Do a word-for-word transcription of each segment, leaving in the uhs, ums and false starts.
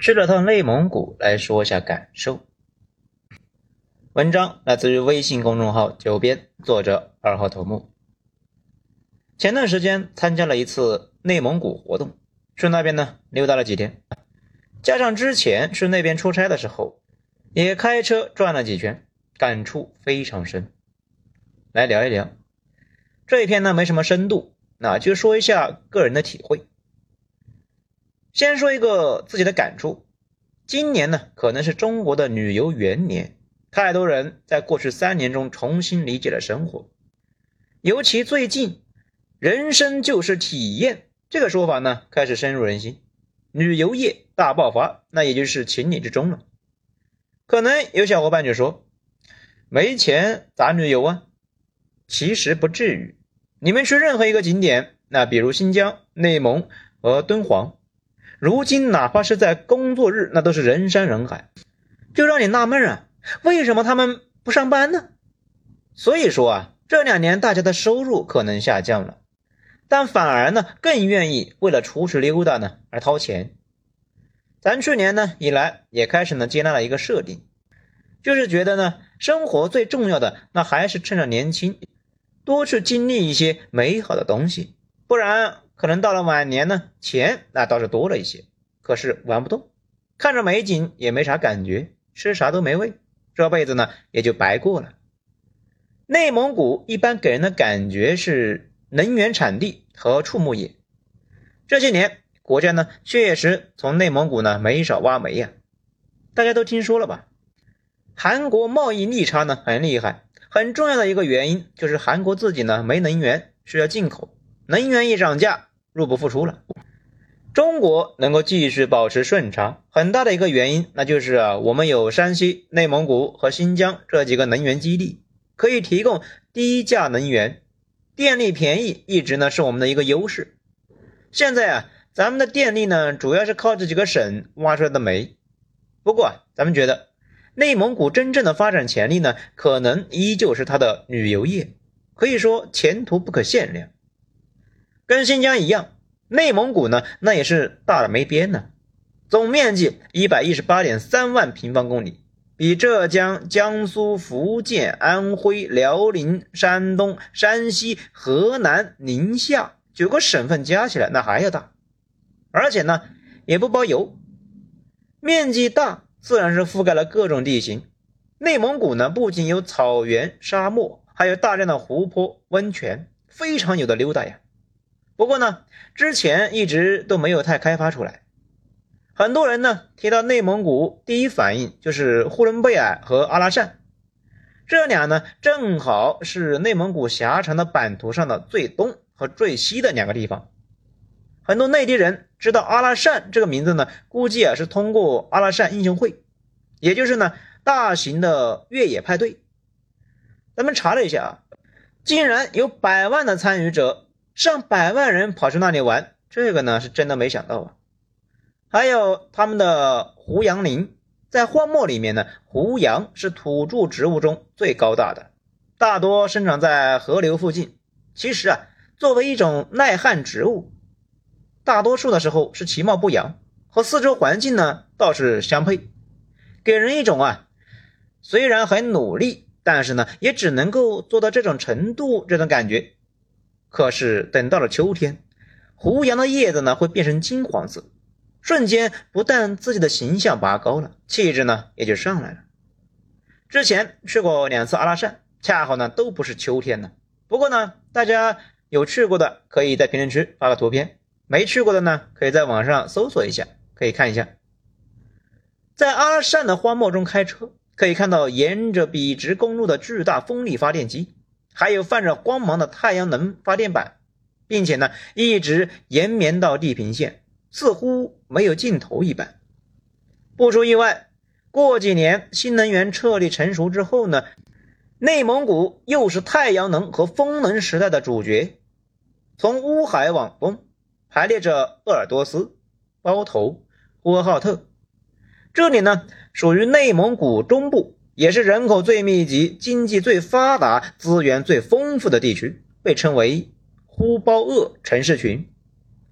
去了趟内蒙古来说一下感受。文章来自于微信公众号九编，作者二号头目。前段时间参加了一次内蒙古活动，去那边呢溜达了几天，加上之前去那边出差的时候也开车转了几圈，感触非常深。来聊一聊这一篇呢，没什么深度，那就说一下个人的体会。先说一个自己的感触，今年呢可能是中国的旅游元年，太多人在过去三年中重新理解了生活。尤其最近人生就是体验这个说法呢开始深入人心，旅游业大爆发，那也就是情理之中了。可能有小伙伴就说，没钱咋旅游啊？其实不至于，你们去任何一个景点，那比如新疆、内蒙和敦煌，如今哪怕是在工作日，那都是人山人海，就让你纳闷啊，为什么他们不上班呢？所以说啊，这两年大家的收入可能下降了，但反而呢更愿意为了出去溜达呢而掏钱。咱去年呢以来也开始呢接纳了一个设定，就是觉得呢生活最重要的那还是趁着年轻多去经历一些美好的东西，不然可能到了晚年呢，钱那倒是多了一些，可是玩不动，看着美景也没啥感觉，吃啥都没味，这辈子呢也就白过了。内蒙古一般给人的感觉是能源产地和畜牧业，这些年国家呢确实从内蒙古呢没少挖煤呀、啊。大家都听说了吧，韩国贸易逆差呢很厉害，很重要的一个原因就是韩国自己呢没能源，需要进口，能源一涨价，入不敷出了。中国能够继续保持顺差，很大的一个原因那就是啊，我们有山西、内蒙古和新疆这几个能源基地，可以提供低价能源，电力便宜一直呢是我们的一个优势。现在啊，咱们的电力呢主要是靠这几个省挖出来的煤。不过啊，咱们觉得内蒙古真正的发展潜力呢，可能依旧是它的旅游业，可以说前途不可限量。跟新疆一样，内蒙古呢那也是大的没边呢，总面积 一百一十八点三万平方公里，比浙江、江苏、福建、安徽、辽宁、山东、山西、河南、宁夏九个省份加起来那还要大，而且呢也不包邮。面积大自然是覆盖了各种地形，内蒙古呢不仅有草原、沙漠，还有大量的湖泊、温泉，非常有的溜达呀。不过呢之前一直都没有太开发出来。很多人呢提到内蒙古，第一反应就是呼伦贝尔和阿拉善，这俩呢正好是内蒙古狭长的版图上的最东和最西的两个地方。很多内地人知道阿拉善这个名字呢，估计啊是通过阿拉善英雄会，也就是呢大型的越野派对。咱们查了一下啊，竟然有百万的参与者，上百万人跑去那里玩，这个呢是真的没想到啊。还有他们的胡杨林，在荒漠里面呢，胡杨是土著植物中最高大的，大多生长在河流附近。其实啊，作为一种耐旱植物，大多数的时候是其貌不扬，和四周环境呢倒是相配，给人一种啊虽然很努力，但是呢也只能够做到这种程度这种感觉。可是等到了秋天，胡杨的叶子呢会变成金黄色，瞬间不但自己的形象拔高了，气质呢也就上来了。之前去过两次阿拉善，恰好呢都不是秋天呢。不过呢大家有去过的可以在评论区发个图片，没去过的呢可以在网上搜索一下，可以看一下。在阿拉善的荒漠中开车，可以看到沿着笔直公路的巨大风力发电机，还有泛着光芒的太阳能发电板，并且呢一直延绵到地平线，似乎没有尽头一般。不出意外，过几年新能源彻底成熟之后呢，内蒙古又是太阳能和风能时代的主角。从乌海往东排列着鄂尔多斯、包头、呼和浩特，这里呢属于内蒙古中部，也是人口最密集、经济最发达、资源最丰富的地区，被称为呼包鄂城市群。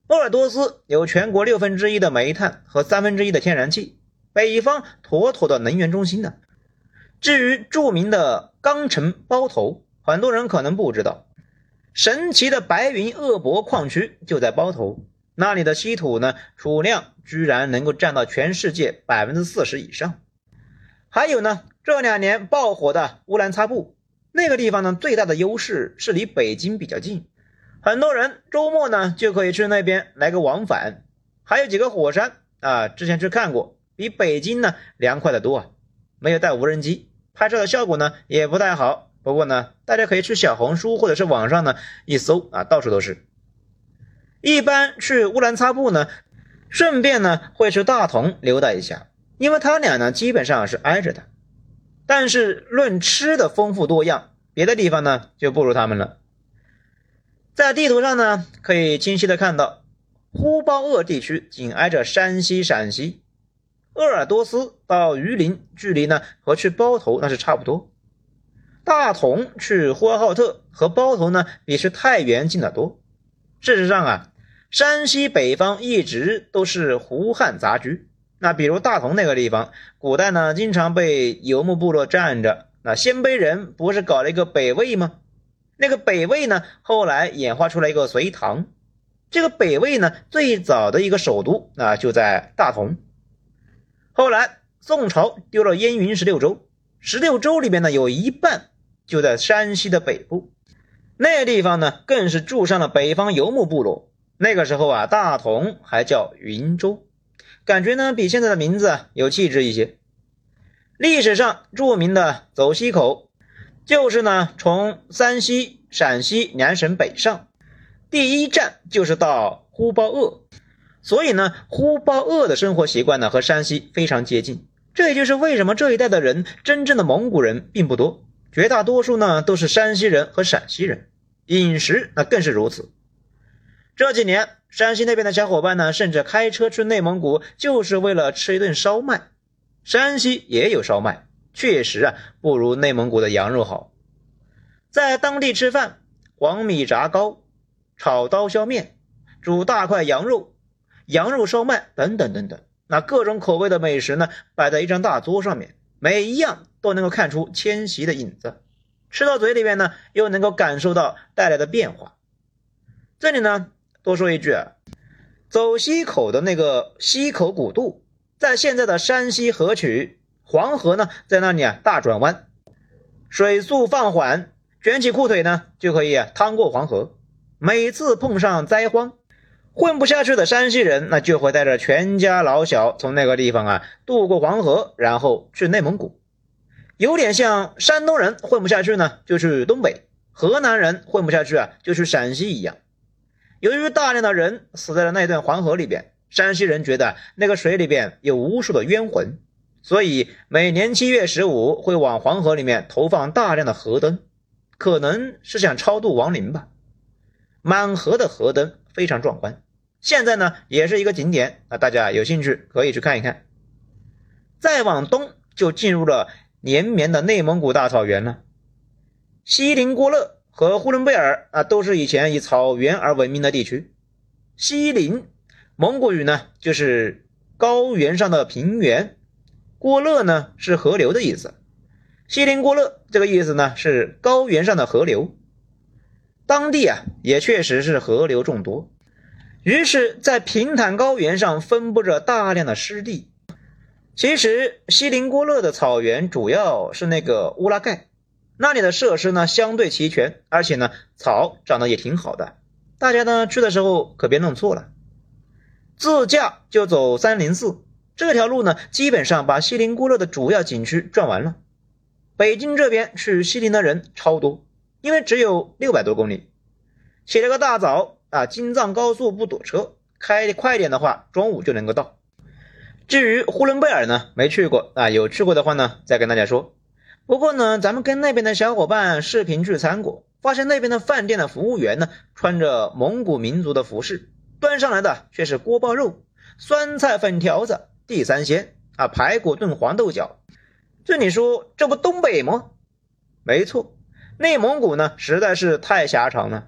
鄂尔多斯有全国六分之一的煤炭和三分之一的天然气，北方妥妥的能源中心呢。至于著名的钢城包头，很多人可能不知道，神奇的白云鄂博矿区就在包头，那里的稀土呢储量居然能够占到全世界 百分之四十 以上。还有呢，这两年爆火的乌兰察布，那个地方呢最大的优势是离北京比较近，很多人周末呢就可以去那边来个往返。还有几个火山啊，之前去看过，比北京呢凉快得多啊。没有带无人机，拍摄的效果呢也不太好，不过呢大家可以去小红书或者是网上呢一搜啊，到处都是。一般去乌兰察布呢，顺便呢会去大同溜达一下，因为它俩呢基本上是挨着的。但是论吃的丰富多样，别的地方呢就不如他们了。在地图上呢可以清晰的看到，呼包鄂地区紧挨着山西陕西，鄂尔多斯到榆林距离呢和去包头那是差不多，大同去呼和浩特和包头呢比去太原近得多。事实上啊，山西北方一直都是胡汉杂居，那比如大同那个地方，古代呢经常被游牧部落占着，那鲜卑人不是搞了一个北魏吗？那个北魏呢后来演化出来一个隋唐，这个北魏呢最早的一个首都那就在大同。后来宋朝丢了燕云十六州，十六州里面呢有一半就在山西的北部，那个地方呢更是住上了北方游牧部落。那个时候啊，大同还叫云州，感觉呢比现在的名字啊有气质一些。历史上著名的走西口，就是呢从山西、陕西两省北上，第一站就是到呼包鄂，所以呢呼包鄂的生活习惯呢和山西非常接近。这也就是为什么这一带的人真正的蒙古人并不多，绝大多数呢都是山西人和陕西人，饮食那更是如此。这几年山西那边的小伙伴呢甚至开车去内蒙古就是为了吃一顿烧麦。山西也有烧麦，确实啊不如内蒙古的羊肉好。在当地吃饭，黄米炸糕、炒刀削面、煮大块羊肉、羊肉烧麦等等等等，那各种口味的美食呢摆在一张大桌上面，每一样都能够看出迁徙的影子，吃到嘴里面呢又能够感受到带来的变化。这里呢多说一句啊，走西口的那个西口古渡，在现在的山西河曲，黄河呢在那里啊大转弯，水速放缓，卷起裤腿呢就可以啊趟过黄河。每次碰上灾荒，混不下去的山西人那就会带着全家老小从那个地方啊渡过黄河，然后去内蒙古。有点像山东人混不下去呢就去东北，河南人混不下去啊就去陕西一样。由于大量的人死在了那段黄河里边，山西人觉得那个水里边有无数的冤魂，所以每年七月十五会往黄河里面投放大量的河灯，可能是想超度亡灵吧。满河的河灯非常壮观，现在呢也是一个景点，那大家有兴趣可以去看一看。再往东就进入了连绵的内蒙古大草原了。锡林郭勒和呼伦贝尔啊，都是以前以草原而闻名的地区。锡林蒙古语呢就是高原上的平原，郭勒呢是河流的意思。锡林郭勒这个意思呢是高原上的河流，当地啊也确实是河流众多，于是在平坦高原上分布着大量的湿地。其实锡林郭勒的草原主要是那个乌拉盖，那里的设施呢相对齐全，而且呢草长得也挺好的，大家呢去的时候可别弄错了。自驾就走三零四，这条路呢基本上把锡林郭勒的主要景区转完了。北京这边去锡林的人超多，因为只有六百多公里。起了个大早啊，京藏高速不堵车，开快点的话中午就能够到。至于呼伦贝尔呢没去过啊，有去过的话呢再跟大家说。不过呢咱们跟那边的小伙伴视频聚餐过，发现那边的饭店的服务员呢穿着蒙古民族的服饰，端上来的却是锅包肉、酸菜粉条子、地三鲜啊，排骨炖黄豆角。这你说这不东北吗？没错，内蒙古呢实在是太狭长了，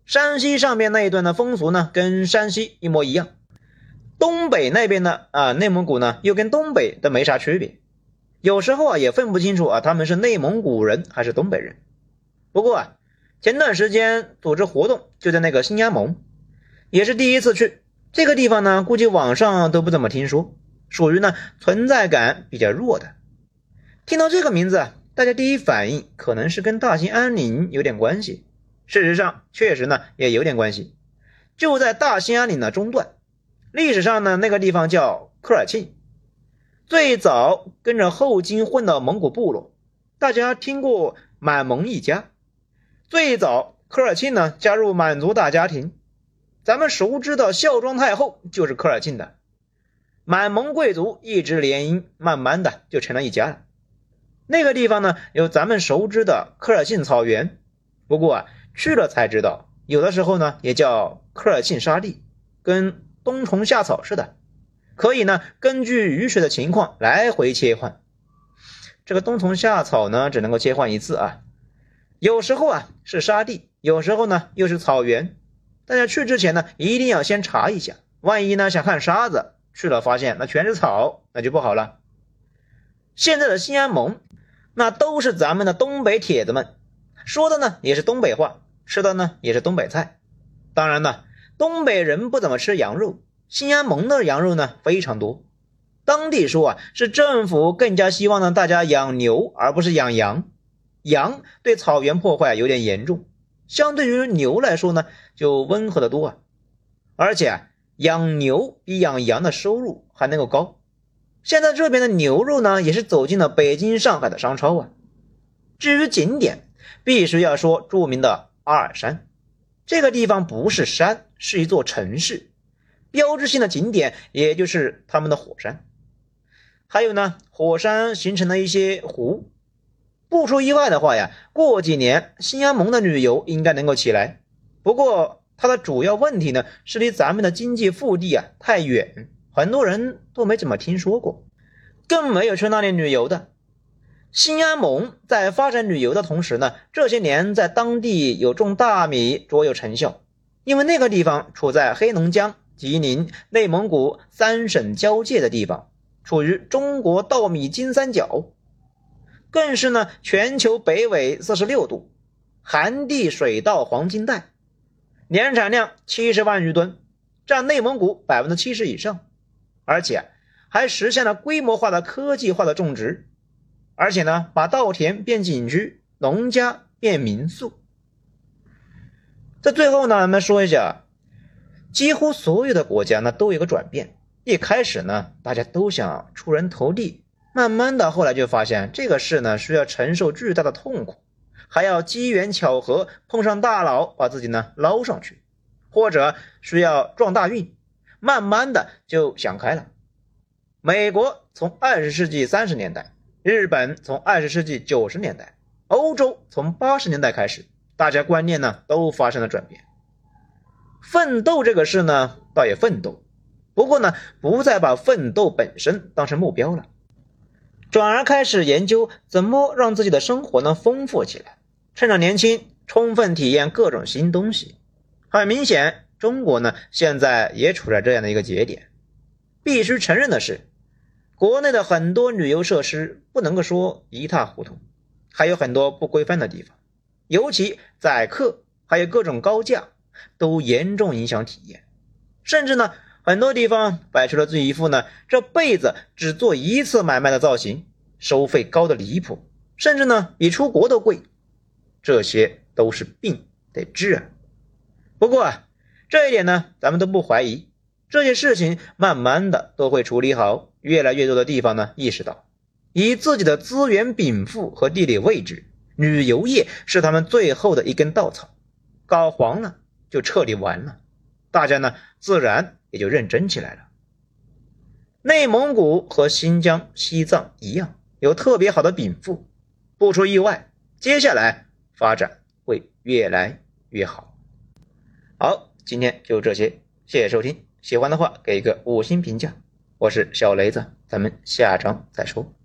山西上边那一段的风俗呢，跟山西一模一样。东北那边呢，啊，内蒙古呢，又跟东北的没啥区别。有时候啊，也分不清楚啊，他们是内蒙古人还是东北人。不过啊，前段时间组织活动就在那个新安盟，也是第一次去。这个地方呢，估计网上都不怎么听说，属于呢存在感比较弱的。听到这个名字啊，大家第一反应可能是跟大兴安岭有点关系。事实上，确实呢也有点关系。就在大兴安岭的中段，历史上呢那个地方叫科尔沁，最早跟着后金混到蒙古部落。大家听过满蒙一家，最早科尔沁呢加入满族大家庭。咱们熟知的孝庄太后就是科尔沁的，满蒙贵族一直联姻，慢慢的就成了一家了。那个地方呢有咱们熟知的科尔沁草原，不过啊去了才知道，有的时候呢也叫科尔沁沙地，跟冬虫夏草似的，可以呢根据雨水的情况来回切换。这个冬虫夏草呢只能够切换一次啊，有时候啊是沙地，有时候呢又是草原。大家去之前呢一定要先查一下，万一呢想看沙子，去了发现那全是草，那就不好了。现在的新安盟那都是咱们的东北铁子们，说的呢也是东北话，吃的呢也是东北菜。当然呢东北人不怎么吃羊肉，新安盟的羊肉呢非常多。当地说啊是政府更加希望呢大家养牛而不是养羊，羊对草原破坏有点严重，相对于牛来说呢就温和得多啊。而且啊养牛比养羊的收入还能够高。现在这边的牛肉呢也是走进了北京上海的商超啊。至于景点，必须要说著名的阿尔山。这个地方不是山，是一座城市，标志性的景点也就是他们的火山。还有呢火山形成了一些湖。不出意外的话呀，过几年新安盟的旅游应该能够起来。不过它的主要问题呢是离咱们的经济腹地啊太远，很多人都没怎么听说过，更没有去那里旅游的。新安盟在发展旅游的同时呢，这些年在当地有种大米卓有成效，因为那个地方处在黑龙江、吉林、内蒙古三省交界的地方，处于中国稻米金三角，更是呢全球北纬四十六度，寒地水稻黄金带，年产量七十万余吨，占内蒙古 百分之七十 以上，而且还实现了规模化的科技化的种植，而且呢把稻田变景区，农家变民宿。在最后呢咱们说一下，几乎所有的国家呢都有个转变。一开始呢大家都想出人头地，慢慢的后来就发现这个事呢需要承受巨大的痛苦，还要机缘巧合碰上大佬把自己呢捞上去，或者需要撞大运，慢慢的就想开了。美国从二十世纪三十年代，日本从二十世纪九十年代，欧洲从八十年代开始，大家观念呢都发生了转变。奋斗这个事呢倒也奋斗，不过呢不再把奋斗本身当成目标了，转而开始研究怎么让自己的生活呢丰富起来，趁着年轻充分体验各种新东西。很明显中国呢现在也处在这样的一个节点。必须承认的是，国内的很多旅游设施不能够说一塌糊涂，还有很多不规范的地方，尤其宰客还有各种高价都严重影响体验。甚至呢很多地方摆出了这一副呢这辈子只做一次买卖的造型，收费高的离谱，甚至呢比出国都贵。这些都是病得治啊。不过啊这一点呢咱们都不怀疑，这些事情慢慢的都会处理好。越来越多的地方呢意识到，以自己的资源禀赋和地理位置，旅游业是他们最后的一根稻草，搞黄了就彻底完了，大家呢自然也就认真起来了。内蒙古和新疆、西藏一样，有特别好的禀赋，不出意外，接下来发展会越来越好。好，今天就这些，谢谢收听，喜欢的话给一个五星评价。我是小雷子，咱们下章再说。